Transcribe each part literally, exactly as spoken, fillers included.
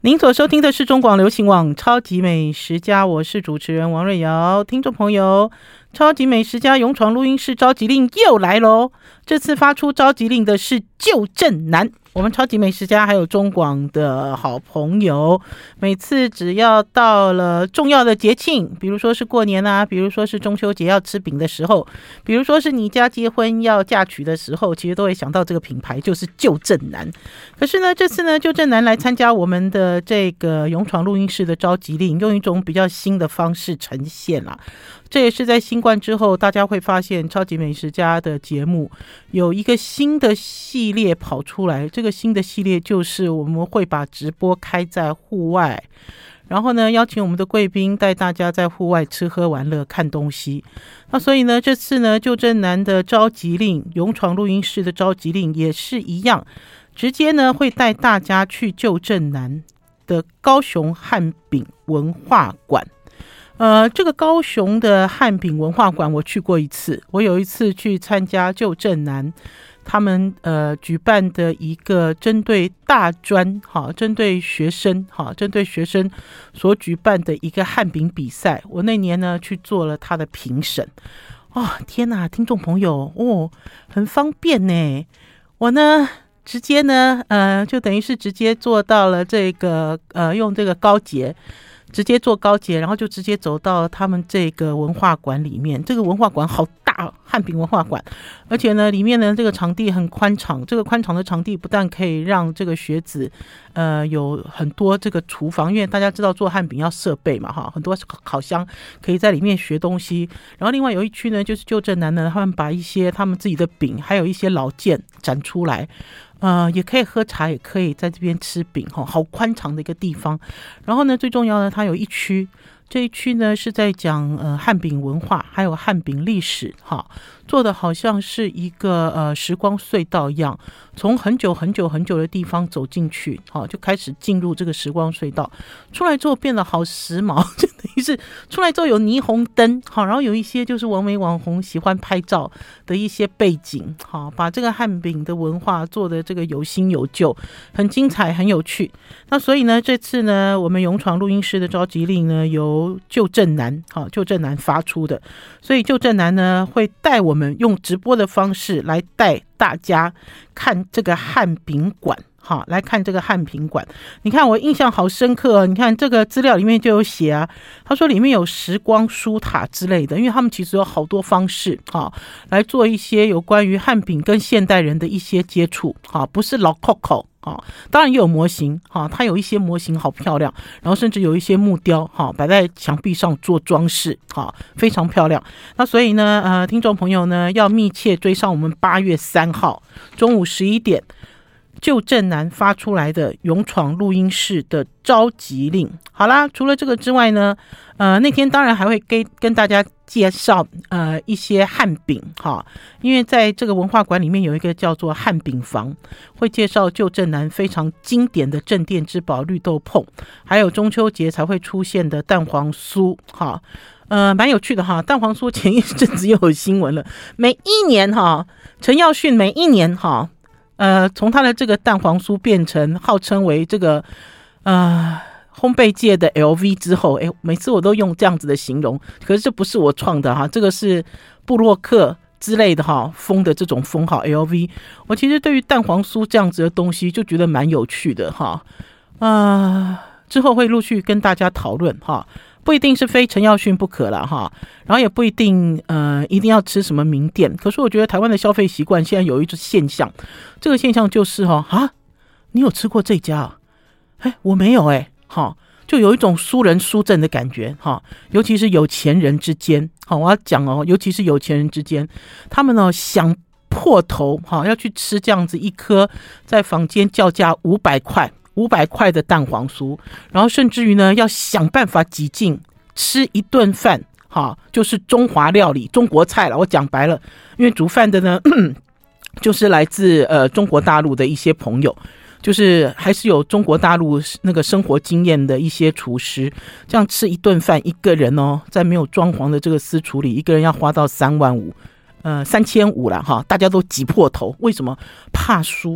您所收听的是中广流行网超级美食家，我是主持人王瑞瑶。听众朋友，超级美食家勇闯录音室召集令又来咯，这次发出召集令的是旧正南。我们超级美食家还有中广的好朋友，每次只要到了重要的节庆，比如说是过年啊，比如说是中秋节要吃饼的时候，比如说是你家结婚要嫁娶的时候，其实都会想到这个品牌，就是旧正南。可是呢，这次呢，旧正南来参加我们的这个勇闯录音室的召集令，用一种比较新的方式呈现啦。这也是在新冠之后，大家会发现超级美食家的节目有一个新的系列跑出来。这个新的系列就是我们会把直播开在户外，然后呢，邀请我们的贵宾带大家在户外吃喝玩乐看东西。那所以呢，这次呢，旧正南的召集令，勇闯录音室的召集令也是一样，直接呢会带大家去旧正南的高雄汉饼文化馆。呃，这个高雄的汉饼文化馆我去过一次，我有一次去参加旧正南他们呃举办的一个针对大专哈，针对学生哈，针对学生所举办的一个汉饼比赛，我那年呢去做了他的评审。哦，天哪，听众朋友哦，很方便呢，我呢直接呢呃就等于是直接做到了这个呃用这个高捷。直接坐高捷，然后就直接走到他们这个文化馆里面。这个文化馆好大，汉饼文化馆，而且呢，里面呢这个场地很宽敞。这个宽敞的场地不但可以让这个学子，呃，有很多这个厨房，因为大家知道做汉饼要设备嘛，哈，很多烤箱可以在里面学东西。然后另外有一区呢，就是旧正南呢，他们把一些他们自己的饼，还有一些老件展出来。呃，也可以喝茶，也可以在这边吃饼，好宽敞的一个地方。然后呢，最重要的，它有一区，这一区呢是在讲呃汉饼文化，还有汉饼历史，哈，做的好像是一个呃时光隧道一样，从很久很久很久的地方走进去，好，就开始进入这个时光隧道，出来之后变得好时髦，就等于是出来之后有霓虹灯，好，然后有一些就是网美网红喜欢拍照的一些背景，好，把这个汉饼的文化做的这个有新有旧，很精彩，很有趣。那所以呢，这次呢，我们勇闯录音室的召集令呢，由旧正南，好，旧正南发出的，所以旧正南呢会带我们用直播的方式来带大家看这个汉饼馆。好，来看这个汉饼馆，你看我印象好深刻哦。你看这个资料里面就有写啊，他说里面有时光书塔之类的，因为他们其实有好多方式哈，来做一些有关于汉饼跟现代人的一些接触哈，不是老 Coco 哈，当然也有模型哈，它有一些模型好漂亮，然后甚至有一些木雕哈，摆在墙壁上做装饰哈，非常漂亮。那所以呢，呃，听众朋友呢要密切追上我们八月三号中午十一点。旧正南发出来的勇闯录音室的召集令。好啦，除了这个之外呢，呃，那天当然还会跟跟大家介绍呃一些汉饼哈，因为在这个文化馆里面有一个叫做汉饼房，会介绍旧正南非常经典的镇店之宝绿豆椪，还有中秋节才会出现的蛋黄酥哈。呃，蛮有趣的哈，蛋黄酥前一阵子又有新闻了，每一年哈，陈耀迅每一年哈。呃，从他的这个蛋黄酥变成号称为这个呃烘焙界的 L V 之后，哎，每次我都用这样子的形容，可是这不是我创的哈，这个是部落客之类的哈封的这种封号 L V。我其实对于蛋黄酥这样子的东西就觉得蛮有趣的哈，呃，之后会陆续跟大家讨论哈。不一定是非陈耀迅不可啦哈，然后也不一定呃一定要吃什么名店。可是我觉得台湾的消费习惯现在有一种现象，这个现象就是哈啊，你有吃过这家啊？哎，我没有哎，哈，就有一种输人输阵的感觉哈，尤其是有钱人之间，好，我要讲哦，尤其是有钱人之间，他们呢想破头哈要去吃这样子一颗在坊间叫价五百块。五百块的蛋黄酥，然后甚至于呢要想办法挤进吃一顿饭哈，就是中华料理中国菜了。我讲白了，因为煮饭的呢就是来自呃中国大陆的一些朋友，就是还是有中国大陆那个生活经验的一些厨师，这样吃一顿饭一个人哦，在没有装潢的这个私厨里，一个人要花到三万五呃三千五了哈，大家都挤破头，为什么？怕输。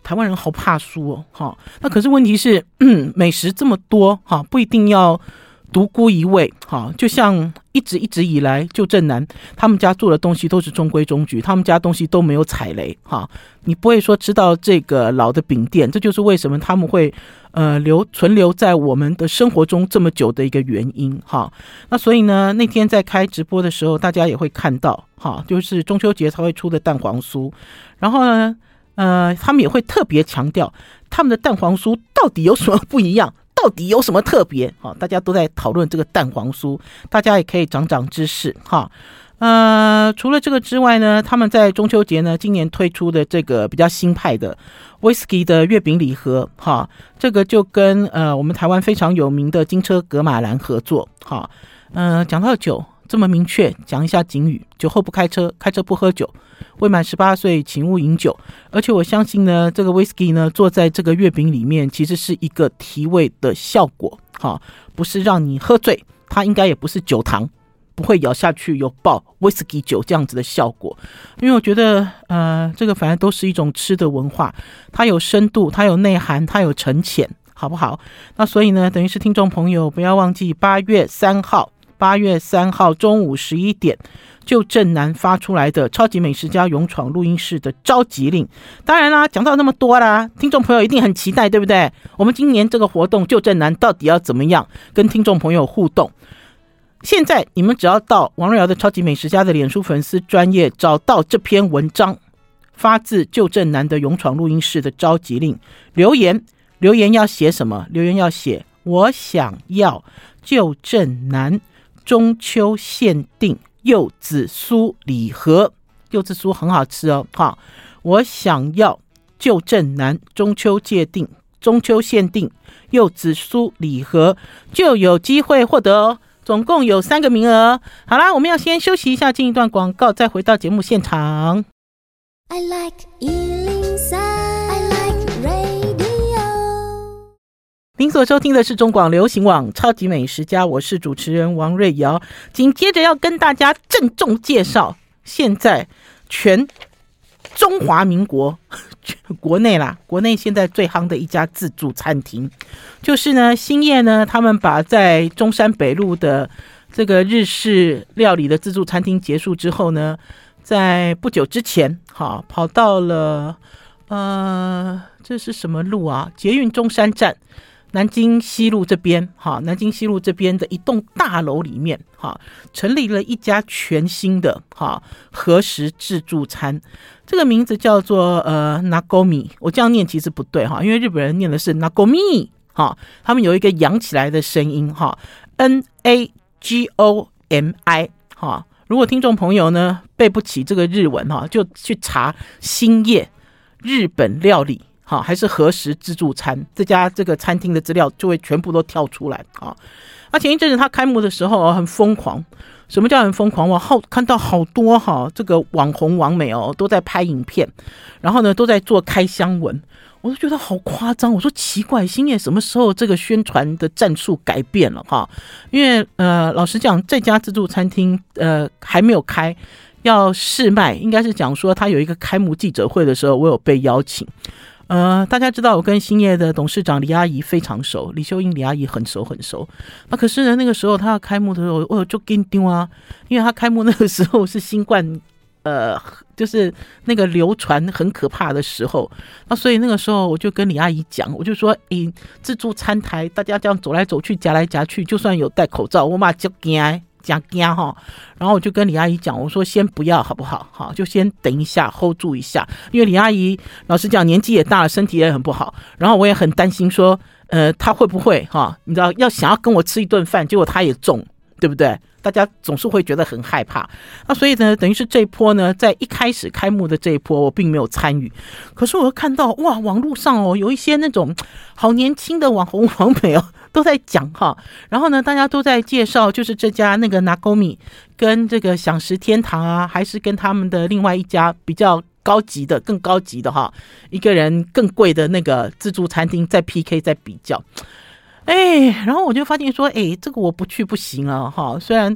台湾人好怕输哦，哈，那可是问题是，嗯，美食这么多，哈，不一定要独孤一味，哈，就像一直一直以来，就正南他们家做的东西都是中规中矩，他们家东西都没有踩雷，哈，你不会说知道这个老的饼店，这就是为什么他们会呃留存留在我们的生活中这么久的一个原因，哈。那所以呢，那天在开直播的时候，大家也会看到，哈，就是中秋节才会出的蛋黄酥，然后呢，呃，他们也会特别强调他们的蛋黄酥到底有什么不一样。到底有什么特别？哈，大家都在讨论这个蛋黄酥，大家也可以长长知识哈。呃，除了这个之外呢，他们在中秋节呢，今年推出的这个比较新派的 whisky 的月饼礼盒哈，这个就跟呃我们台湾非常有名的金车格马兰合作哈。呃，讲到酒这么明确，讲一下警语：酒后不开车，开车不喝酒。未满十八岁请勿饮酒，而且我相信呢，这个 whisky 呢做在这个月饼里面，其实是一个提味的效果，哈，不是让你喝醉，它应该也不是酒糖，不会咬下去有爆 whisky 酒这样子的效果。因为我觉得，呃，这个反正都是一种吃的文化，它有深度，它有内涵，它有沉潜，好不好？那所以呢，等于是听众朋友不要忘记八月三号。八月三号中午十一点，就正南发出来的超级美食家勇闯录音室的召集令。当然啦，讲到那么多啦，听众朋友一定很期待，对不对？我们今年这个活动就正南到底要怎么样跟听众朋友互动？现在你们只要到王瑞瑶的超级美食家的脸书粉丝专页找到这篇文章，发自就正南的勇闯录音室的召集令，留言留言要写什么？留言要写我想要就正南中秋限定柚子酥礼盒，柚子酥很好吃哦，哈！我想要就正南中秋界定中秋限定柚子酥礼盒，就有机会获得哦。总共有三个名额。好啦，我们要先休息一下，进一段广告，再回到节目现场。I like 一零三 I like radio。您所收听的是中广流行网超级美食家，我是主持人王瑞瑶。紧接着要跟大家郑重介绍，现在全中华民国国内啦，国内现在最夯的一家自助餐厅，就是呢兴业呢，他们把在中山北路的这个日式料理的自助餐厅结束之后呢，在不久之前，好跑到了呃，这是什么路啊？捷运中山站。南京西路这边，哈，南京西路这边的一栋大楼里面，哈，成立了一家全新的哈和食自助餐，这个名字叫做呃 Nagomi， 我这样念其实不对哈，因为日本人念的是 Nagomi， 哈，他们有一个扬起来的声音哈 ，N A G O M I， 哈，如果听众朋友呢背不起这个日文哈，就去查兴业日本料理。好，还是和食自助餐这家这个餐厅的资料就会全部都跳出来啊！那前一阵子他开幕的时候很疯狂，什么叫很疯狂？我好看到好多哈这个网红网美哦都在拍影片，然后呢都在做开箱文，我都觉得好夸张。我说奇怪，兴业什么时候这个宣传的战术改变了哈？因为呃老实讲，这家自助餐厅呃还没有开，要试卖，应该是讲说他有一个开幕记者会的时候，我有被邀请。呃，大家知道我跟兴业的董事长李阿姨非常熟，李秀英李阿姨很熟很熟。那可是呢，那个时候他要开幕的时候，我就跟丢啊，因为他开幕那个时候是新冠，呃，就是那个流传很可怕的时候。那所以那个时候我就跟李阿姨讲，我就说，诶，自助餐台大家这样走来走去，夹来夹去，就算有戴口罩，我嘛就惊。加加哈，然后我就跟李阿姨讲，我说先不要好不好？好，就先等一下 ，hold 住一下，因为李阿姨老实讲年纪也大了，身体也很不好，然后我也很担心说，呃，她会不会哈？你知道要想要跟我吃一顿饭，结果她也中，对不对？大家总是会觉得很害怕，那所以呢，等于是这一波呢，在一开始开幕的这一波，我并没有参与。可是我看到哇，网络上哦，有一些那种好年轻的网红网美哦，都在讲哈。然后呢，大家都在介绍，就是这家那个 Nagomi 跟这个享食天堂啊，还是跟他们的另外一家比较高级的、更高级的哈，一个人更贵的那个自助餐厅在 P K 在比较。哎，然后我就发现说，哎，这个我不去不行啊，哈！虽然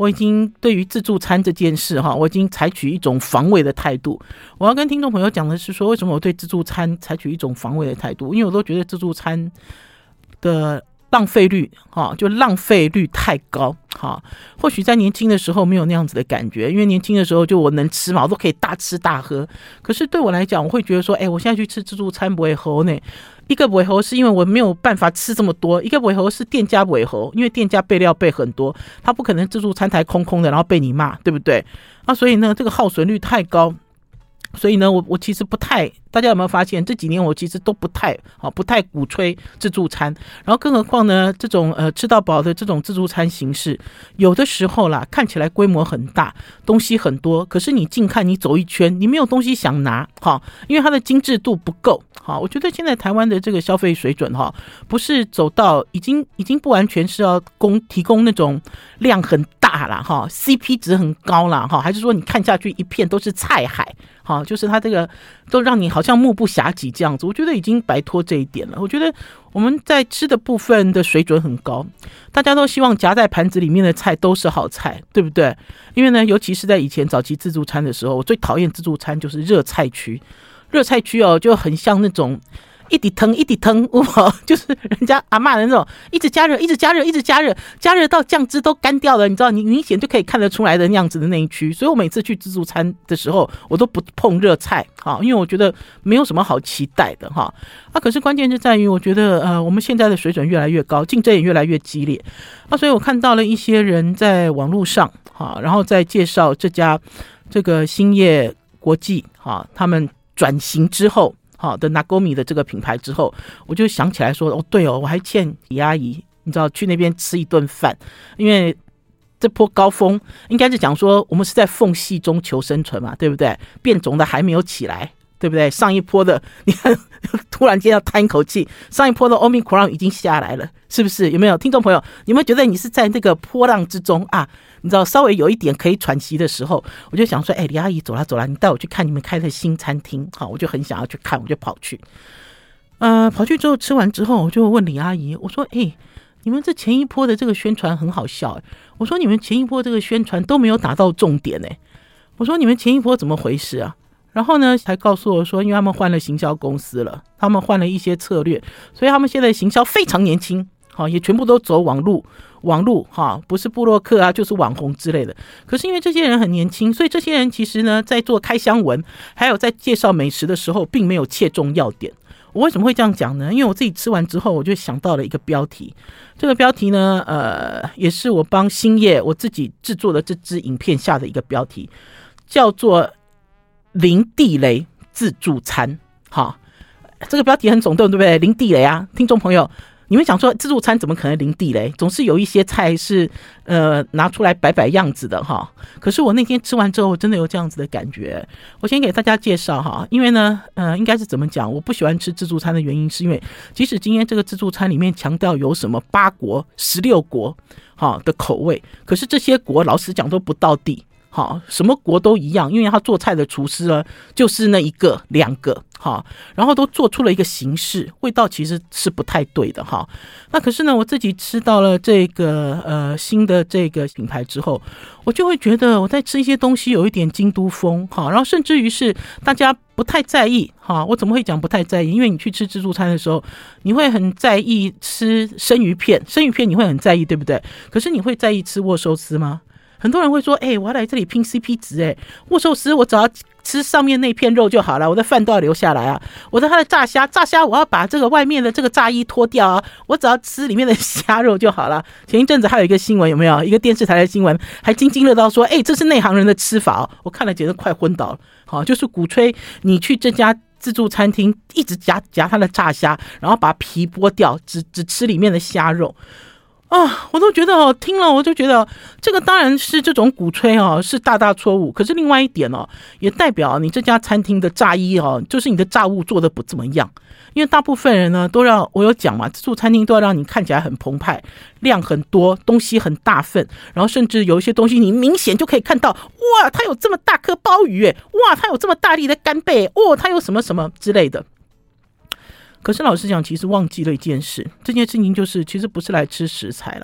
我已经对于自助餐这件事哈，我已经采取一种防卫的态度。我要跟听众朋友讲的是说，为什么我对自助餐采取一种防卫的态度？因为我都觉得自助餐的浪费率哈，就浪费率太高哈。或许在年轻的时候没有那样子的感觉，因为年轻的时候就我能吃嘛，我都可以大吃大喝。可是对我来讲，我会觉得说，哎，我现在去吃自助餐不会齁呢。一个不会齁是因为我没有办法吃这么多，一个不会齁是店家不会齁，因为店家备料备很多，他不可能自助餐台空空的然后被你骂，对不对？啊，所以呢，这个耗损率太高。所以呢，我我其实不太，大家有没有发现这几年我其实都不太啊，不太鼓吹自助餐。然后更何况呢，这种呃吃到饱的这种自助餐形式，有的时候啦，看起来规模很大，东西很多，可是你近看你走一圈，你没有东西想拿哈，因为它的精致度不够哈。我觉得现在台湾的这个消费水准哈，不是走到已经已经不完全是要供提供那种量很大啦哈 ，C P 值很高啦哈，还是说你看下去一片都是菜海。好，就是它这个都让你好像目不暇给这样子，我觉得已经摆脱这一点了。我觉得我们在吃的部分的水准很高，大家都希望夹在盘子里面的菜都是好菜，对不对？因为呢，尤其是在以前早期自助餐的时候，我最讨厌自助餐就是热菜区，热菜区哦就很像那种。一滴汤一滴汤，就是人家阿嬷的那种，一直加热，一直加热，一直加热，加热到酱汁都干掉了，你知道，你明显就可以看得出来的那样子的那一区。所以我每次去自助餐的时候，我都不碰热菜，因为我觉得没有什么好期待的哈。啊，可是关键就在于，我觉得呃，我们现在的水准越来越高，竞争也越来越激烈啊，所以我看到了一些人在网络上哈，然后再介绍这家这个兴业国际哈，他们转型之后。好的 Nagomi 的这个品牌之后，我就想起来说，哦，对哦，我还欠李阿姨，你知道去那边吃一顿饭，因为这波高峰应该是讲说，我们是在缝隙中求生存嘛，对不对？变种的还没有起来，对不对？上一波的，你看突然间要叹一口气，上一波的 Omicron 已经下来了，是不是？有没有听众朋友？有没有觉得你是在那个波浪之中啊？你知道稍微有一点可以喘息的时候，我就想说，哎，李阿姨走啦走啦，你带我去看你们开的新餐厅，好，我就很想要去看，我就跑去，呃，跑去之后吃完之后，我就问李阿姨，我说，哎，你们这前一波的这个宣传很好笑，哎，我说你们前一波这个宣传都没有打到重点，哎，我说你们前一波怎么回事啊？然后呢，才告诉我说，因为他们换了行销公司了，他们换了一些策略，所以他们现在的行销非常年轻，好，也全部都走网路。网路哈，不是部落客啊，就是网红之类的。可是因为这些人很年轻，所以这些人其实呢，在做开箱文，还有在介绍美食的时候，并没有切中要点。我为什么会这样讲呢？因为我自己吃完之后，我就想到了一个标题。这个标题呢，呃，也是我帮兴业我自己制作的这支影片下的一个标题，叫做“零地雷自助餐”。好，这个标题很耸动，对不对？零地雷啊，听众朋友。你们想说自助餐怎么可能零地雷？总是有一些菜是呃拿出来摆摆样子的哈。可是我那天吃完之后，我真的有这样子的感觉。我先给大家介绍哈，因为呢，呃，应该是怎么讲？我不喜欢吃自助餐的原因，是因为即使今天这个自助餐里面强调有什么八国、十六国哈的口味，可是这些国老实讲都不到地。好，什么国都一样，因为他做菜的厨师呢，就是那一个两个，好，然后都做出了一个形式，味道其实是不太对的哈。那可是呢，我自己吃到了这个呃新的这个品牌之后，我就会觉得我在吃一些东西有一点京都风，好，然后甚至于是大家不太在意哈。我怎么会讲不太在意？因为你去吃自助餐的时候，你会很在意吃生鱼片，生鱼片你会很在意，对不对？可是你会在意吃握寿司吗？很多人会说，哎、欸，我要来这里拼 C P 值，哎，握寿司我只要吃上面那片肉就好了，我的饭都要留下来啊。我的它的炸虾，炸虾我要把这个外面的这个炸衣脱掉啊，我只要吃里面的虾肉就好了。前一阵子还有一个新闻，有没有一个电视台的新闻，还津津乐道说，哎、欸，这是内行人的吃法、哦，我看了简直快昏倒了。好，就是鼓吹你去这家自助餐厅，一直夹夹它的炸虾，然后把皮剥掉，只只吃里面的虾肉。啊，我都觉得哦，听了我就觉得这个当然是这种鼓吹哦，是大大错误。可是另外一点哦，也代表你这家餐厅的炸衣哦，就是你的炸物做的不怎么样。因为大部分人呢都让我有讲嘛，自助餐厅都要让你看起来很澎湃，量很多，东西很大份，然后甚至有一些东西你明显就可以看到，哇，它有这么大颗鲍鱼耶，哇，它有这么大粒的干贝，哦，它有什么什么之类的。可是老实讲，其实忘记了一件事，这件事情就是其实不是来吃食材了，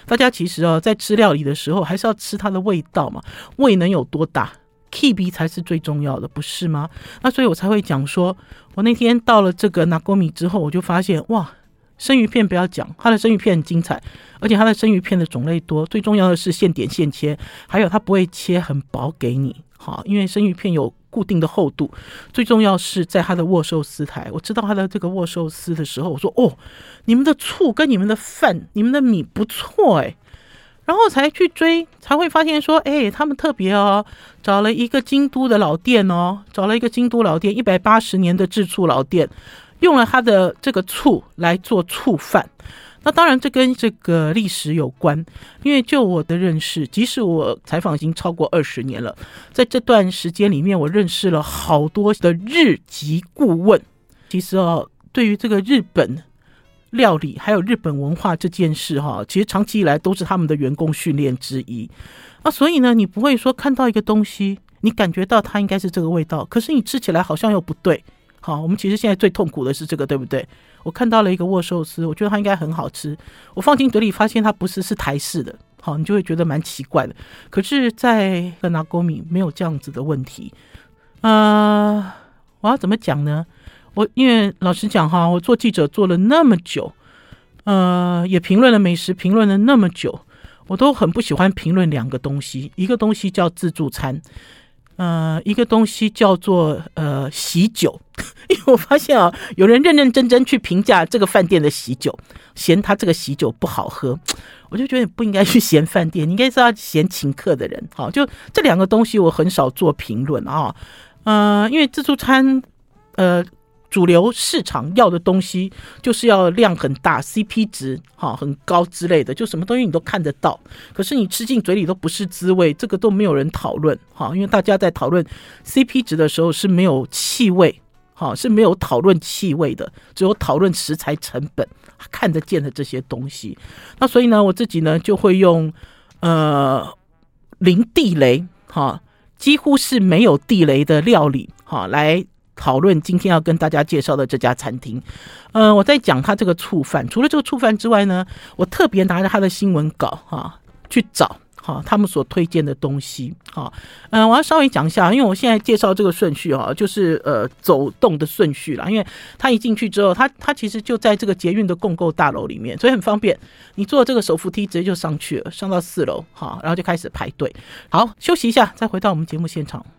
大家其实哦，在吃料理的时候，还是要吃它的味道嘛，胃能有多大 ，K B 才是最重要的，不是吗？那所以我才会讲说，我那天到了这个 Nagomi 之后，我就发现哇。生鱼片不要讲，它的生鱼片很精彩，而且它的生鱼片的种类多，最重要的是现点现切，还有它不会切很薄给你，好，因为生鱼片有固定的厚度。最重要是在它的握寿司台，我知道它的这个握寿司的时候，我说哦，你们的醋跟你们的饭、你们的米不错哎，然后才去追，才会发现说，哎，他们特别哦，找了一个京都的老店哦，找了一个京都老店，一百八十年的制醋老店。用了它的这个醋来做醋饭，那当然这跟这个历史有关，因为就我的认识，即使我采访已经超过二十年了，在这段时间里面，我认识了好多的日籍顾问。其实哦，对于这个日本料理还有日本文化这件事哈，其实长期以来都是他们的员工训练之一啊，所以呢，你不会说看到一个东西，你感觉到它应该是这个味道，可是你吃起来好像又不对。好，我们其实现在最痛苦的是这个，对不对？我看到了一个握寿司，我觉得它应该很好吃，我放进嘴里发现它不是，是台式的，好，你就会觉得蛮奇怪的。可是在Nagomi没有这样子的问题。呃，我要怎么讲呢？我因为老实讲哈，我做记者做了那么久，呃，也评论了美食，评论了那么久，我都很不喜欢评论两个东西，一个东西叫自助餐。呃，一个东西叫做呃喜酒，因为我发现啊，有人认认真真去评价这个饭店的喜酒，嫌他这个喜酒不好喝，我就觉得不应该去嫌饭店，你应该是要嫌请客的人。好，就这两个东西我很少做评论啊，呃，因为自助餐，呃。主流市场要的东西就是要量很大 C P 值很高之类的，就什么东西你都看得到，可是你吃进嘴里都不是滋味，这个都没有人讨论，因为大家在讨论 C P 值的时候是没有气味，是没有讨论气味的，只有讨论食材成本看得见的这些东西。那所以呢，我自己呢就会用呃零地雷，几乎是没有地雷的料理来讨论今天要跟大家介绍的这家餐厅。呃，我在讲他这个醋饭，除了这个醋饭之外呢，我特别拿着他的新闻稿哈去找哈他们所推荐的东西哈。嗯、呃，我要稍微讲一下，因为我现在介绍这个顺序哈，就是呃走动的顺序啦。因为他一进去之后，他他其实就在这个捷运的共构大楼里面，所以很方便，你坐这个手扶梯直接就上去了，上到四楼哈，然后就开始排队。好，休息一下，再回到我们节目现场。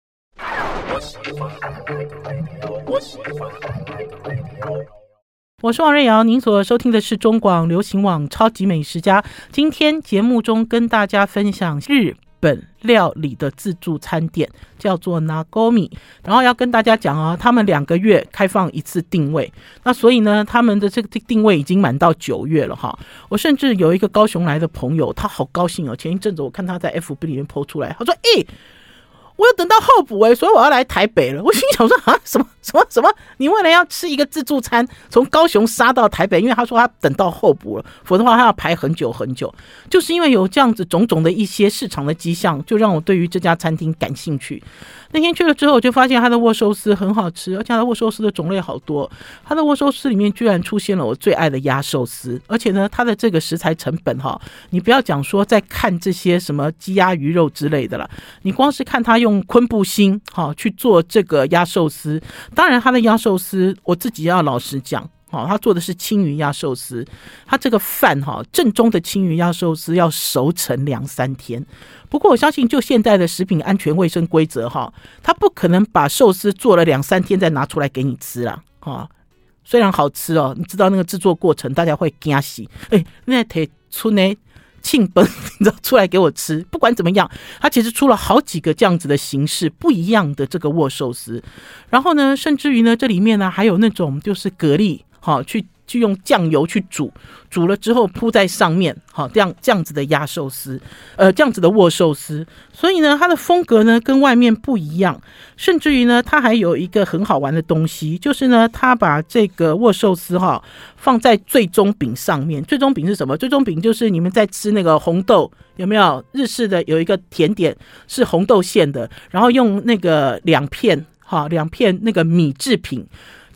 我是王瑞瑶，您所收听的是中广流行网超级美食家。今天节目中跟大家分享日本料理的自助餐店，叫做 Nagomi， 然后要跟大家讲啊，他们两个月开放一次定位，那所以呢，他们的这个定位已经满到九月了哈。我甚至有一个高雄来的朋友，他好高兴哦，前一阵子我看他在 F B 里面 po 出来，他说：“哎、欸。”我有等到候补哎，所以我要来台北了。我心想说啊，什么什么什么？你为了要吃一个自助餐，从高雄杀到台北，因为他说他等到候补了，否则的话他要排很久很久。就是因为有这样子种种的一些市场的迹象，就让我对于这家餐厅感兴趣。那天去了之后，我就发现他的握寿司很好吃，而且他的握寿司的种类好多。他的握寿司里面居然出现了我最爱的鸭寿司，而且呢，他的这个食材成本哈，你不要讲说在看这些什么鸡鸭鱼肉之类的啦，你光是看他用昆布心哈去做这个鸭寿司，当然他的鸭寿司我自己要老实讲。哦，他做的是青鱼鸭寿司，他这个饭哈，正宗的青鱼鸭寿司要熟成两三天。不过我相信，就现在的食品安全卫生规则哈，他不可能把寿司做了两三天再拿出来给你吃啦。哈，虽然好吃哦，你知道那个制作过程，大家会惊喜。哎，那提出呢庆崩，你知道出来给我吃。不管怎么样，他其实出了好几个这样子的形式，不一样的这个握寿司。然后呢，甚至于呢，这里面呢还有那种就是蛤蜊。好，去去用酱油去煮，煮了之后铺在上面，好，这样这样子的鸭寿司，呃，这样子的握寿司，所以呢，它的风格呢跟外面不一样，甚至于呢，它还有一个很好玩的东西，就是呢，它把这个握寿司哈放在最中饼上面。最中饼是什么？最中饼就是你们在吃那个红豆，有没有？日式的有一个甜点是红豆馅的，然后用那个两片哈两片那个米制品。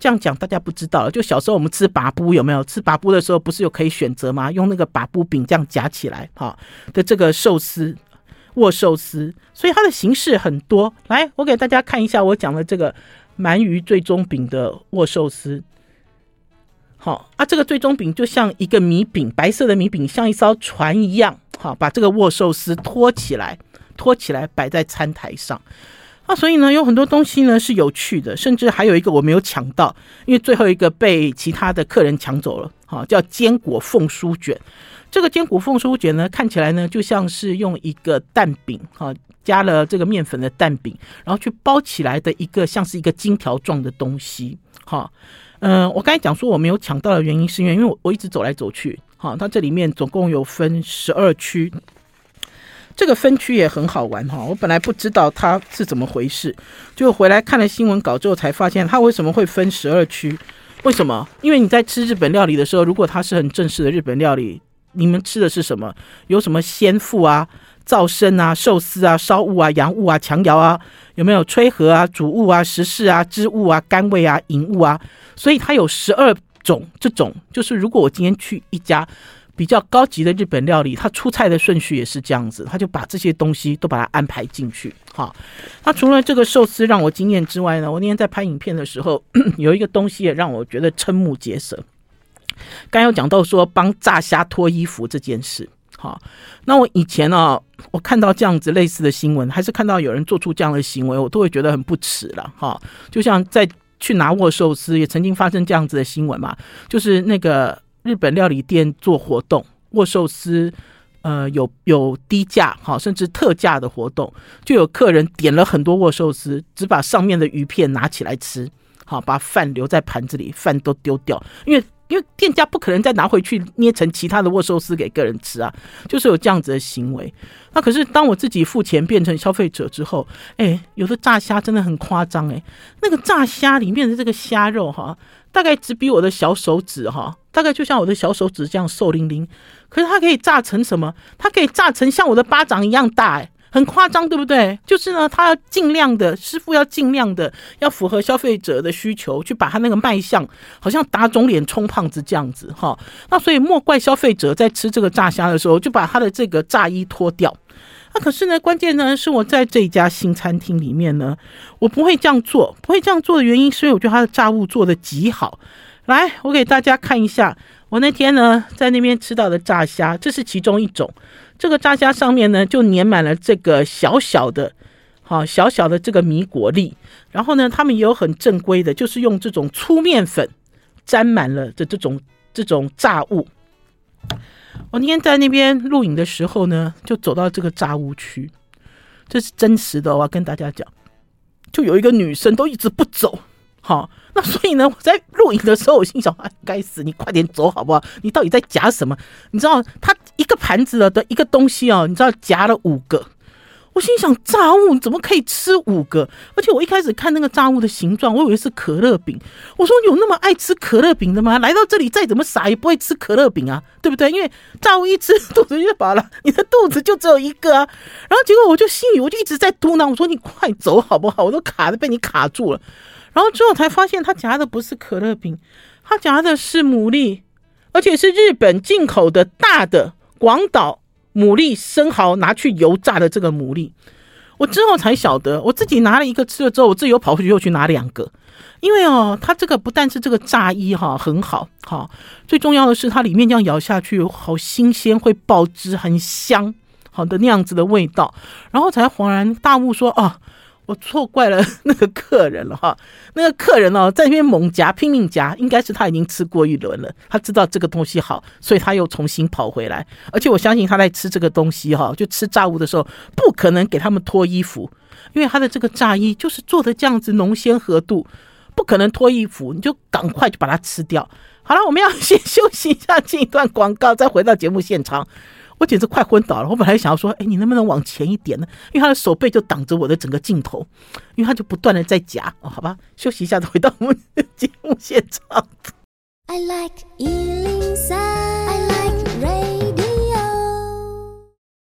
这样讲大家不知道了，就小时候我们吃拔布有没有？吃拔布的时候不是有可以选择吗？用那个拔布饼这样夹起来哈的这个寿司握寿司，所以它的形式很多。来，我给大家看一下我讲的这个鳗鱼最中饼的握寿司。好啊，这个最中饼就像一个米饼，白色的米饼像一艘船一样，好，把这个握寿司托起来，托起来摆在餐台上。啊，所以呢，有很多东西呢是有趣的，甚至还有一个我没有抢到，因为最后一个被其他的客人抢走了，好，叫坚果凤酥卷。这个坚果凤酥卷呢，看起来呢就像是用一个蛋饼，好，加了这个面粉的蛋饼，然后去包起来的一个像是一个金条状的东西，好。呃，我刚才讲说我没有抢到的原因是因为因为 我, 我一直走来走去，好，它这里面总共有分十二区，这个分区也很好玩哈。我本来不知道它是怎么回事，就回来看了新闻稿之后才发现它为什么会分十二区。为什么？因为你在吃日本料理的时候，如果它是很正式的日本料理，你们吃的是什么？有什么鲜腹啊、造生啊、寿司啊、烧物啊、洋物啊、强肴啊，有没有炊合啊、煮物啊、时事啊、汁物啊、干味啊、饮物啊？所以它有十二种，这种就是如果我今天去一家比较高级的日本料理，它出菜的顺序也是这样子，他就把这些东西都把它安排进去。好，那除了这个寿司让我惊艳之外呢，我那天在拍影片的时候有一个东西也让我觉得瞠目结舌。刚才有讲到说帮炸虾脱衣服这件事，好，那我以前啊，我看到这样子类似的新闻，还是看到有人做出这样的行为，我都会觉得很不耻了哈。就像在去拿握寿司，也曾经发生这样子的新闻嘛，就是那个日本料理店做活动，握寿司呃有有低价哈，甚至特价的活动，就有客人点了很多握寿司，只把上面的鱼片拿起来吃，好，把饭留在盘子里，饭都丢掉，因为因为店家不可能再拿回去捏成其他的握寿司给个人吃啊，就是有这样子的行为。那可是当我自己付钱变成消费者之后，哎，有的炸虾真的很夸张哎，那个炸虾里面的这个虾肉哈，大概只比我的小手指哈，大概就像我的小手指这样瘦伶伶，可是它可以炸成什么？它可以炸成像我的巴掌一样大哎。很夸张，对不对？就是呢，他要尽量的，师傅要尽量的，要符合消费者的需求，去把他那个卖相，好像打肿脸充胖子这样子哈。那所以莫怪消费者在吃这个炸虾的时候，就把他的这个炸衣脱掉。那可是呢，关键呢是我在这一家新餐厅里面呢，我不会这样做，不会这样做的原因，是因为我觉得他的炸物做的极好。来，我给大家看一下，我那天呢在那边吃到的炸虾，这是其中一种。这个炸虾上面呢就粘满了这个小小的好小小的这个米果粒，然后呢他们也有很正规的，就是用这种粗面粉沾满了的这种这种炸物。我那天在那边录影的时候呢，就走到这个炸物区，这是真实的，我要跟大家讲，就有一个女生都一直不走。好，那所以呢，我在录影的时候，我心想，哎，该死，你快点走好不好？你到底在夹什么？你知道，他一个盘子的一个东西哦，你知道夹了五个。我心想，炸物怎么可以吃五个？而且我一开始看那个炸物的形状，我以为是可乐饼。我说有那么爱吃可乐饼的吗？来到这里再怎么傻也不会吃可乐饼啊，对不对？因为炸物一吃肚子就饱了，你的肚子就只有一个啊。然后结果我就心里我就一直在嘟囔，我说你快走好不好？我都卡的被你卡住了。然后之后才发现他夹的不是可乐饼，他夹的是牡蛎，而且是日本进口的大的广岛牡蛎生蚝拿去油炸的这个牡蛎。我之后才晓得，我自己拿了一个吃了之后，我自己又跑回去又去拿两个。因为哦，它这个不但是这个炸衣哈很好，好，最重要的是它里面这样咬下去好新鲜，会爆汁，很香，好的那样子的味道。然后才恍然大悟说，哦，我错怪了那个客人了哈，那个客人哦在那边猛夹拼命夹，应该是他已经吃过一轮了，他知道这个东西好，所以他又重新跑回来。而且我相信他在吃这个东西哈，就吃炸物的时候，不可能给他们脱衣服，因为他的这个炸衣就是做的这样子浓鲜合度，不可能脱衣服，你就赶快就把它吃掉。好了，我们要先休息一下，进一段广告，再回到节目现场。我简直快昏倒了，我本来想要说，哎，你能不能往前一点呢？因为他的手背就挡着我的整个镜头，因为他就不断的在夹。哦，好吧，休息一下，回到我们的节目现场。I like 一零三 I like radio。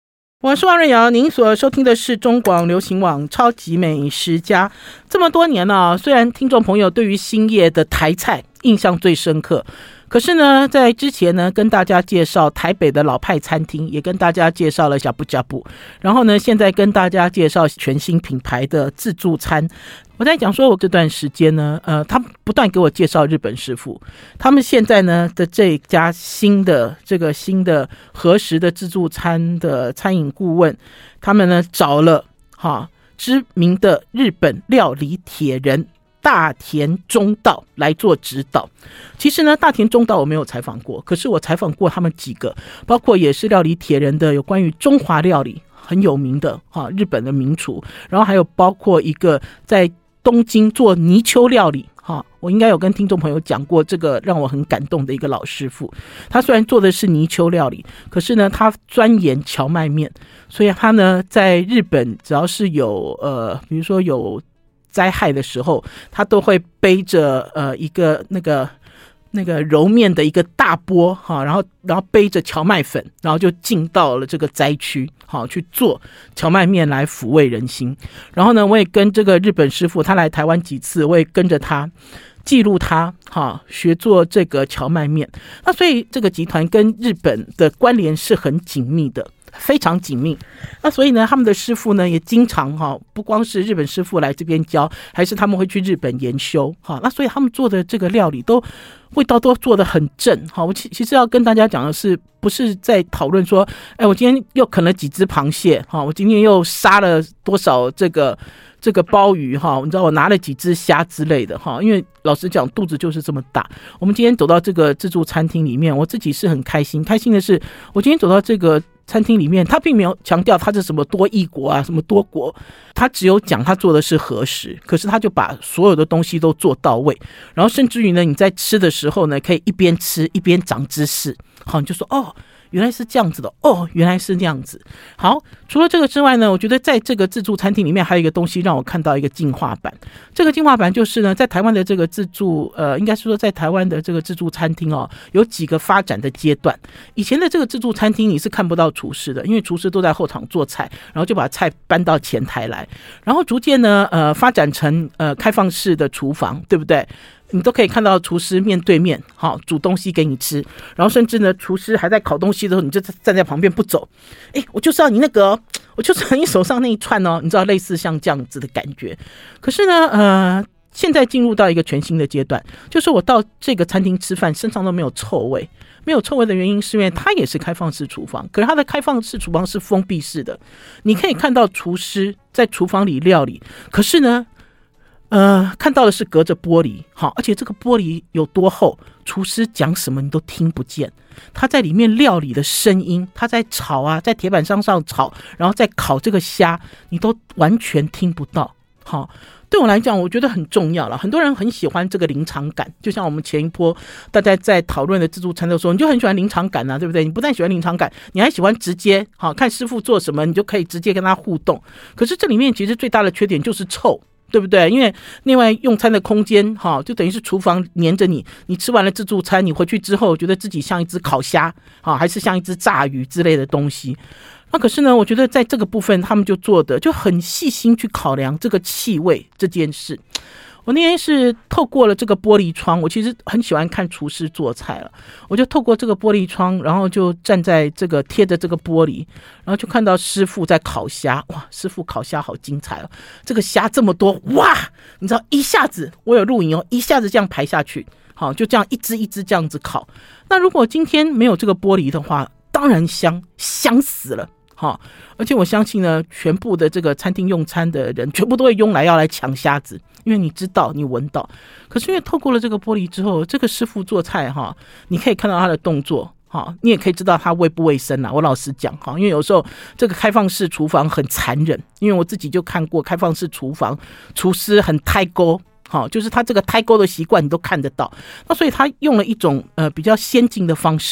我是王瑞瑶，您所收听的是中广流行网超级美食家。这么多年了、啊，虽然听众朋友对于兴业的台菜印象最深刻，可是呢，在之前呢，跟大家介绍台北的老派餐厅，也跟大家介绍了呷哺呷哺，然后呢，现在跟大家介绍全新品牌的自助餐。我在讲说，我这段时间呢，呃，他们不断给我介绍日本师傅，他们现在呢的这家新的这个新的和食的自助餐的餐饮顾问，他们呢找了哈知名的日本料理铁人大田中道来做指导。其实呢，大田中道我没有采访过，可是我采访过他们几个，包括也是料理铁人的有关于中华料理很有名的哈日本的名厨，然后还有包括一个在东京做泥鳅料理哈，我应该有跟听众朋友讲过这个让我很感动的一个老师傅。他虽然做的是泥鳅料理，可是呢，他钻研荞麦面，所以他呢在日本只要是有呃，比如说有灾害的时候，他都会背着呃一个那个那个揉面的一个大钵哈，然后然后背着荞麦粉，然后就进到了这个灾区，好去做荞麦面来抚慰人心。然后呢，我也跟这个日本师傅，他来台湾几次，我也跟着他记录他哈学做这个荞麦面。那所以这个集团跟日本的关联是很紧密的。非常紧密，那所以呢，他们的师傅呢也经常哈，不光是日本师傅来这边教，还是他们会去日本研修哈。那所以他们做的这个料理都味道都做得很正哈。我其其实要跟大家讲的是，不是在讨论说，哎，我今天又啃了几只螃蟹哈，我今天又杀了多少这个这个鲍鱼哈，你知道我拿了几只虾之类的哈。因为老实讲，肚子就是这么大。我们今天走到这个自助餐厅里面，我自己是很开心，开心的是，我今天走到这个餐厅里面，他并没有强调他是什么多异国啊，什么多国，他只有讲他做的是和食，可是他就把所有的东西都做到位，然后甚至于呢，你在吃的时候呢，可以一边吃一边长知识，好，你就说哦，原来是这样子的，哦，原来是那样子。好，除了这个之外呢，我觉得在这个自助餐厅里面还有一个东西让我看到一个进化版。这个进化版就是呢，在台湾的这个自助，呃，应该是说在台湾的这个自助餐厅哦，有几个发展的阶段。以前的这个自助餐厅你是看不到厨师的，因为厨师都在后场做菜，然后就把菜搬到前台来，然后逐渐呢，呃，发展成呃开放式的厨房，对不对？你都可以看到厨师面对面，好煮东西给你吃，然后甚至呢，厨师还在烤东西的时候，你就站在旁边不走。哎，我就是要你那个，我就是要你手上那一串哦，你知道类似像这样子的感觉。可是呢，呃，现在进入到一个全新的阶段，就是我到这个餐厅吃饭，身上都没有臭味。没有臭味的原因是因为它也是开放式厨房，可是它的开放式厨房是封闭式的，你可以看到厨师在厨房里料理，可是呢。呃，看到的是隔着玻璃，好，而且这个玻璃有多厚，厨师讲什么你都听不见。他在里面料理的声音，他在炒啊，在铁板上上炒，然后再烤这个虾，你都完全听不到。好，对我来讲，我觉得很重要了。很多人很喜欢这个临场感，就像我们前一波大家在讨论的自助餐的时候，你就很喜欢临场感啊，对不对？你不但喜欢临场感，你还喜欢直接，好看师傅做什么，你就可以直接跟他互动。可是这里面其实最大的缺点就是臭。对不对？因为另外用餐的空间哈，就等于是厨房黏着你，你吃完了自助餐，你回去之后觉得自己像一只烤虾哈，还是像一只炸鱼之类的东西。那可是呢，我觉得在这个部分他们就做的就很细心去考量这个气味这件事。我那天是透过了这个玻璃窗，我其实很喜欢看厨师做菜了，我就透过这个玻璃窗，然后就站在这个贴着这个玻璃，然后就看到师傅在烤虾。哇，师傅烤虾好精彩哦，这个虾这么多，哇，你知道一下子我有录影哦，一下子这样排下去，好，就这样一只一只这样子烤。那如果今天没有这个玻璃的话，当然香香死了。好，而且我相信呢，全部的这个餐厅用餐的人全部都会拥来要来抢虾子，因为你知道你闻到。可是因为透过了这个玻璃之后，这个师傅做菜哈，你可以看到他的动作，好，你也可以知道他卫不卫生啦。我老实讲哈，因为有时候这个开放式厨房很残忍，因为我自己就看过开放式厨房，厨师很太勾。好，就是他这个胎沟的习惯你都看得到，那所以他用了一种呃比较先进的方式，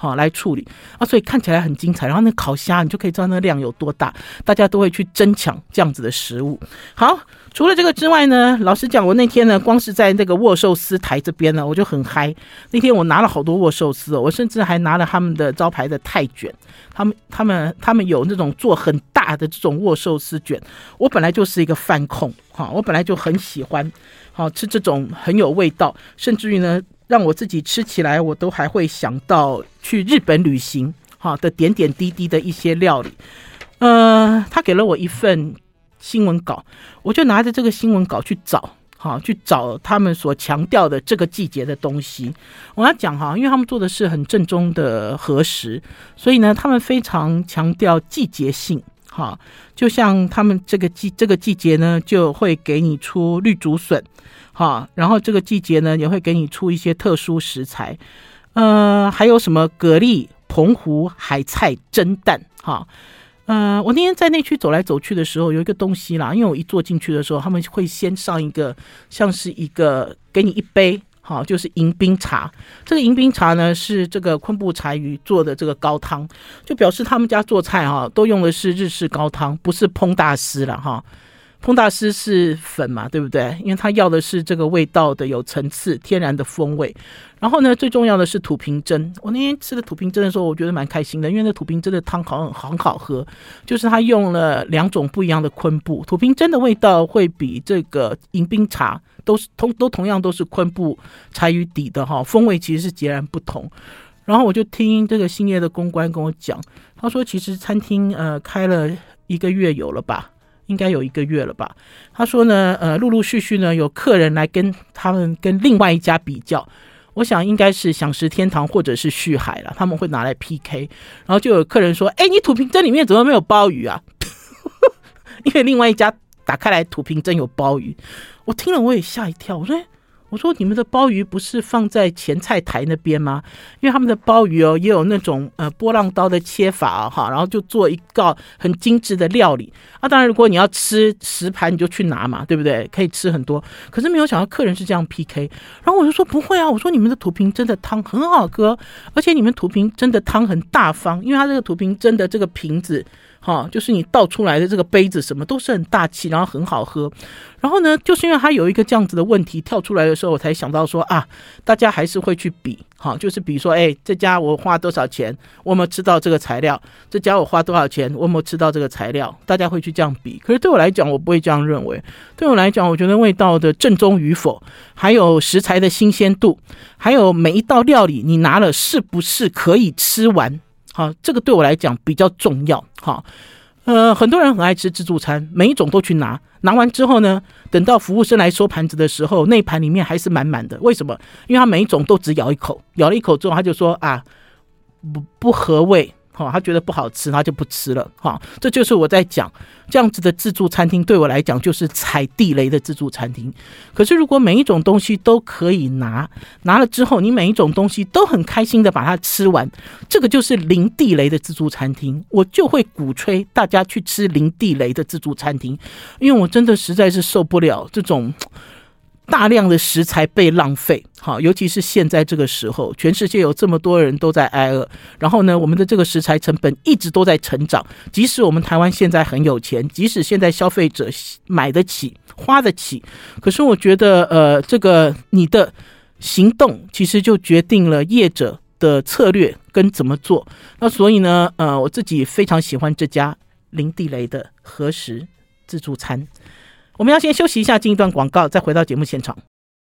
好来处理啊，所以看起来很精彩。然后那烤虾你就可以知道那量有多大，大家都会去争抢这样子的食物。好，除了这个之外呢，老实讲，我那天呢，光是在那个握寿司台这边呢，我就很嗨。那天我拿了好多握寿司哦，我甚至还拿了他们的招牌的泰卷，他们他们他们有那种做很大的这种握寿司卷。我本来就是一个饭控，哈，我本来就很喜欢，好吃这种很有味道，甚至于呢，让我自己吃起来，我都还会想到去日本旅行，哈的点点滴滴的一些料理。呃，他给了我一份新闻稿，我就拿着这个新闻稿去找，好去找他们所强调的这个季节的东西。我要讲哈，因为他们做的是很正宗的核食，所以呢，他们非常强调季节性。好，就像他们这个季这个季节呢，就会给你出绿竹笋，好，然后这个季节呢，也会给你出一些特殊食材，呃，还有什么蛤蜊、澎湖海菜、蒸蛋，哈。呃，我那天在内区走来走去的时候，有一个东西啦，因为我一坐进去的时候，他们会先上一个像是一个给你一杯，好，就是迎宾茶。这个迎宾茶呢是这个昆布柴鱼做的这个高汤，就表示他们家做菜哈都用的是日式高汤，不是烹大师了哈。烹大师是粉嘛，对不对？因为他要的是这个味道的有层次、天然的风味。然后呢，最重要的是土瓶蒸。我那天吃的土瓶蒸的时候，我觉得蛮开心的，因为那土瓶蒸的汤好像很好喝，就是他用了两种不一样的昆布。土瓶蒸的味道会比这个迎宾茶都是同都同样都是昆布柴鱼底的哈，风味其实是截然不同。然后我就听这个兴业的公关跟我讲，他说其实餐厅呃开了一个月有了吧，应该有一个月了吧。他说呢，呃，陆陆续续呢有客人来跟他们跟另外一家比较，我想应该是享食天堂或者是旭海了，他们会拿来 P K。然后就有客人说，哎，你土瓶蒸里面怎么没有鲍鱼啊？因为另外一家打开来土瓶蒸有鲍鱼，我听了我也吓一跳，我说。我说你们的鲍鱼不是放在前菜台那边吗？因为他们的鲍鱼哦，也有那种呃波浪刀的切法哈、哦，然后就做一个很精致的料理啊。当然，如果你要吃十盘，你就去拿嘛，对不对？可以吃很多。可是没有想到客人是这样 P K， 然后我就说不会啊，我说你们的土瓶蒸的汤很好喝，而且你们土瓶蒸的汤很大方，因为它这个土瓶蒸的这个瓶子。哈，就是你倒出来的这个杯子什么都是很大气，然后很好喝。然后呢，就是因为它有一个这样子的问题跳出来的时候，我才想到说啊，大家还是会去比，哈，就是比如说，哎，这家我花多少钱，我有没有吃到这个材料？这家我花多少钱，我有没有吃到这个材料？大家会去这样比。可是对我来讲，我不会这样认为。对我来讲，我觉得味道的正宗与否，还有食材的新鲜度，还有每一道料理你拿了是不是可以吃完？好，这个对我来讲比较重要。好，呃，很多人很爱吃自助餐，每一种都去拿，拿完之后呢，等到服务生来收盘子的时候，那盘里面还是满满的。为什么？因为他每一种都只咬一口，咬了一口之后，他就说啊，不不合味。哦、他觉得不好吃，他就不吃了、哦、这就是我在讲这样子的自助餐厅对我来讲就是踩地雷的自助餐厅。可是如果每一种东西都可以拿，拿了之后你每一种东西都很开心的把它吃完，这个就是零地雷的自助餐厅。我就会鼓吹大家去吃零地雷的自助餐厅，因为我真的实在是受不了这种大量的食材被浪费，好，尤其是现在这个时候，全世界有这么多人都在挨饿，然后呢，我们的这个食材成本一直都在成长。即使我们台湾现在很有钱，即使现在消费者买得起、花得起，可是我觉得，呃，这个你的行动其实就决定了业者的策略跟怎么做。那所以呢，呃，我自己非常喜欢这家零地雷的和食自助餐。我们要先休息一下，进一段广告，再回到节目现场。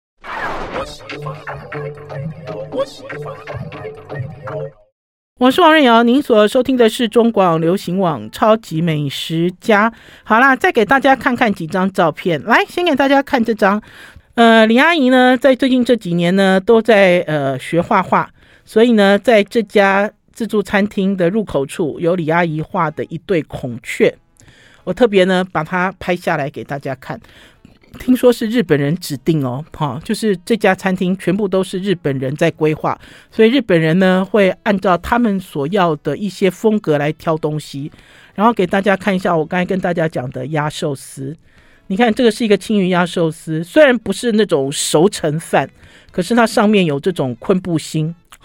我是王瑞瑶，您所收听的是中广流行网超级美食家。好啦，再给大家看看几张照片。来，先给大家看这张。呃，李阿姨呢，在最近这几年呢，都在呃学画画，所以呢，在这家自助餐厅的入口处有李阿姨画的一对孔雀。我特别呢把它拍下来给大家看，听说是日本人指定哦，哈，就是这家餐厅全部都是日本人在规划，所以日本人呢会按照他们所要的一些风格来挑东西，然后给大家看一下我刚才跟大家讲的鸭寿司。你看这个是一个青鱼鸭寿司，虽然不是那种熟成饭，可是它上面有这种昆布心。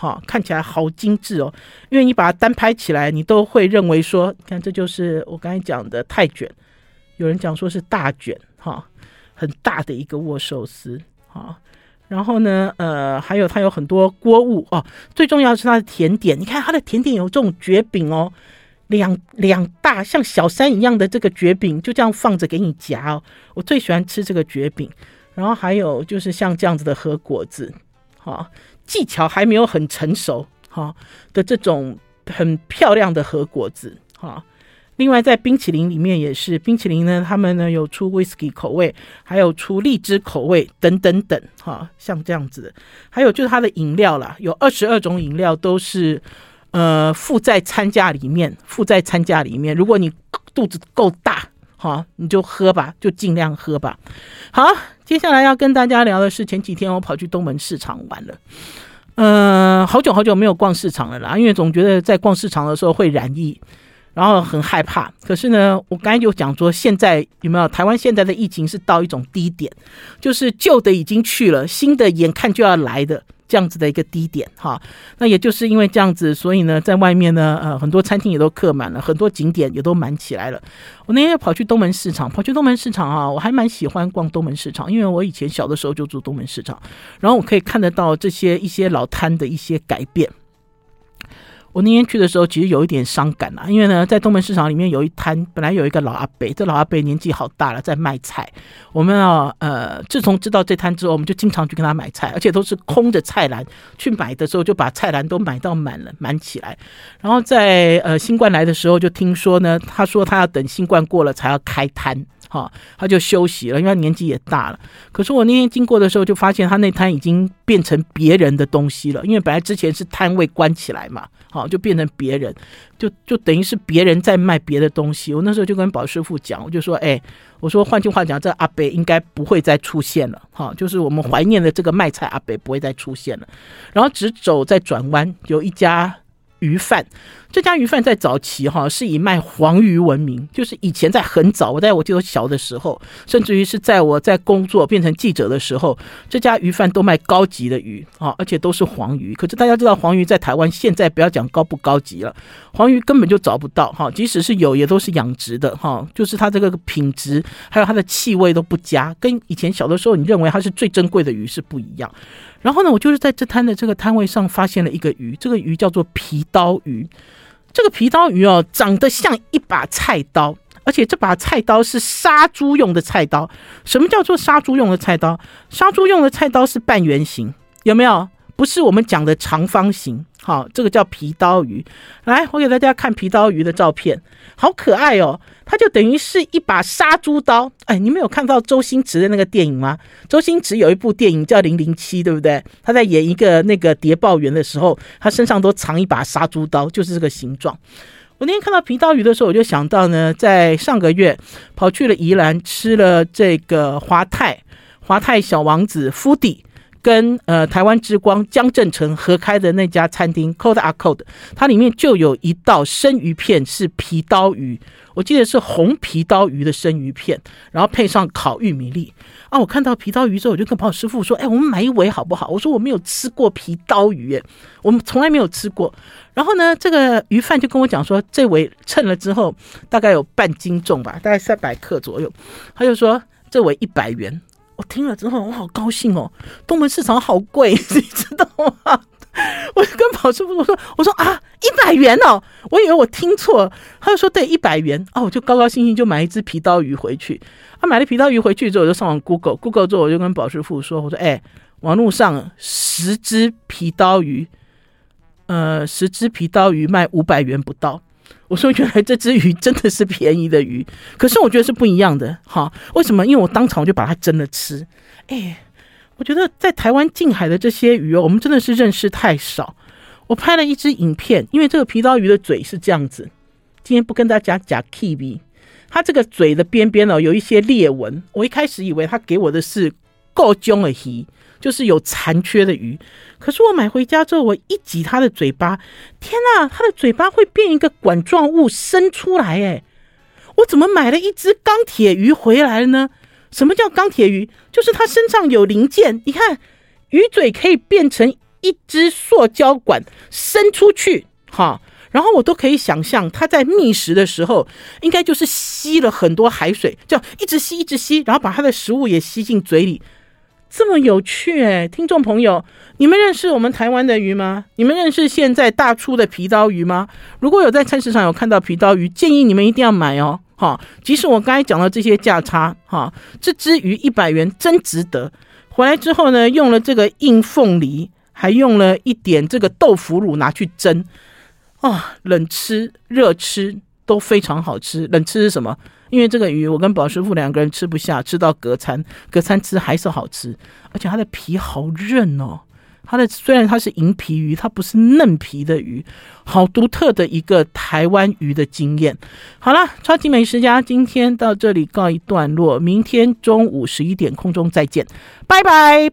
哈，看起来好精致哦。因为你把它单拍起来，你都会认为说，看这就是我刚才讲的泰卷，有人讲说是大卷哈，很大的一个握寿司哈。然后呢，呃，还有它有很多锅物哦，最重要的是它的甜点。你看它的甜点有这种蕨饼哦。两两大像小山一样的这个蕨饼就这样放着给你夹哦，我最喜欢吃这个蕨饼。然后还有就是像这样子的和果子，哈，技巧还没有很成熟哈的这种很漂亮的和果子哈。另外在冰淇淋里面也是，冰淇淋呢，他们呢有出 whisky 口味，还有出荔枝口味等等等哈，像这样子的。还有就是它的饮料啦，有二十二种饮料都是。呃，附在餐架里面，附在餐架里面。如果你肚子够大，哈，你就喝吧，就尽量喝吧。好，接下来要跟大家聊的是，前几天我跑去东门市场玩了。呃，好久好久没有逛市场了啦，因为总觉得在逛市场的时候会染疫，然后很害怕。可是呢，我刚才就讲说，现在有没有台湾现在的疫情是到一种低点，就是旧的已经去了，新的眼看就要来的。这样子的一个低点哈，那也就是因为这样子，所以呢，在外面呢，呃，很多餐厅也都客满了，很多景点也都满起来了。我那天跑去东门市场，跑去东门市场啊，我还蛮喜欢逛东门市场，因为我以前小的时候就住东门市场，然后我可以看得到这些一些老摊的一些改变。我那天去的时候其实有一点伤感啦，因为呢在东门市场里面有一摊，本来有一个老阿伯，这老阿伯年纪好大了，在卖菜。我们啊呃自从知道这摊之后，我们就经常去跟他买菜，而且都是空着菜篮去买的时候，就把菜篮都买到满了，满起来。然后在呃新冠来的时候，就听说呢，他说他要等新冠过了才要开摊。哈，他就休息了，因为他年纪也大了。可是我那天经过的时候，就发现他那摊已经变成别人的东西了，因为本来之前是摊位关起来嘛，好，就变成别人，就就等于是别人在卖别的东西。我那时候就跟宝师傅讲，我就说，哎，我说换句话讲，这阿伯应该不会再出现了，哈，就是我们怀念的这个卖菜阿伯不会再出现了。然后直走再转弯，有一家鱼贩，这家鱼贩在早期哈是以卖黄鱼闻名，就是以前在很早，我在我记得小的时候，甚至于是在我在工作变成记者的时候，这家鱼贩都卖高级的鱼啊，而且都是黄鱼。可是大家知道黄鱼在台湾现在不要讲高不高级了，黄鱼根本就找不到哈，即使是有也都是养殖的哈，就是它这个品质还有它的气味都不佳，跟以前小的时候你认为它是最珍贵的鱼是不一样。然后呢，我就是在这摊的这个摊位上发现了一个鱼，这个鱼叫做皮刀鱼。这个皮刀鱼哦，长得像一把菜刀，而且这把菜刀是杀猪用的菜刀。什么叫做杀猪用的菜刀？杀猪用的菜刀是半圆形，有没有？不是我们讲的长方形。好，这个叫皮刀鱼。来，我给大家看皮刀鱼的照片，好可爱哦！它就等于是一把杀猪刀。哎，你们有看到周星驰的那个电影吗？周星驰有一部电影叫零零七，对不对？他在演一个那个谍报员的时候，他身上都藏一把杀猪刀，就是这个形状。我那天看到皮刀鱼的时候，我就想到呢，在上个月跑去了宜兰，吃了这个华泰华泰小王子夫迪。跟呃台湾之光江振成合开的那家餐厅 Code a Code， 它里面就有一道生鱼片是皮刀鱼，我记得是红皮刀鱼的生鱼片，然后配上烤玉米粒啊！我看到皮刀鱼之后，我就跟跑师傅说：“哎，我们买一尾好不好？”我说我没有吃过皮刀鱼，哎，我们从来没有吃过。然后呢，这个鱼贩就跟我讲说，这尾称了之后大概有半斤重吧，大概三百克左右。他就说这尾一百元。我听了之后，我好高兴哦！东门市场好贵，你知道吗？我就跟跑师傅说：“我说啊，一百元哦！我以为我听错了。”他就说：“对，一百元。”哦，我就高高兴兴就买一只皮刀鱼回去。他、啊、买了皮刀鱼回去之后，我就上网 Google Google 之后，我就跟跑师傅说：“我说，哎，网络上十只皮刀鱼，呃，十只皮刀鱼卖五百元不到。”我说原来这只鱼真的是便宜的鱼，可是我觉得是不一样的哈。为什么？因为我当场就把它蒸了吃。哎，我觉得在台湾近海的这些鱼哦，我们真的是认识太少。我拍了一支影片，因为这个皮刀鱼的嘴是这样子，今天不跟大家讲 K B， 它这个嘴的边边哦有一些裂纹。我一开始以为它给我的是够凶的鱼，就是有残缺的鱼。可是我买回家之后，我一挤它的嘴巴，天哪，它的嘴巴会变一个管状物伸出来，哎，我怎么买了一只钢铁鱼回来了呢？什么叫钢铁鱼？就是它身上有零件，你看鱼嘴可以变成一支塑胶管伸出去，哈，然后我都可以想象它在觅食的时候，应该就是吸了很多海水，这样一直吸一直吸，然后把它的食物也吸进嘴里。这么有趣哎，听众朋友，你们认识我们台湾的鱼吗？你们认识现在大出的皮刀鱼吗？如果有在菜市场有看到皮刀鱼，建议你们一定要买哦。哈，即使我刚才讲的这些价差，哈，这只鱼一百元真值得。回来之后呢，用了这个硬凤梨，还用了一点这个豆腐乳拿去蒸，啊，冷吃热吃都非常好吃。冷吃是什么？因为这个鱼我跟宝师傅两个人吃不下，吃到隔餐，隔餐吃还是好吃，而且它的皮好韧哦。它的虽然它是银皮鱼，它不是嫩皮的鱼，好独特的一个台湾鱼的经验。好啦，超级美食家今天到这里告一段落，明天中午十一点空中再见，拜拜。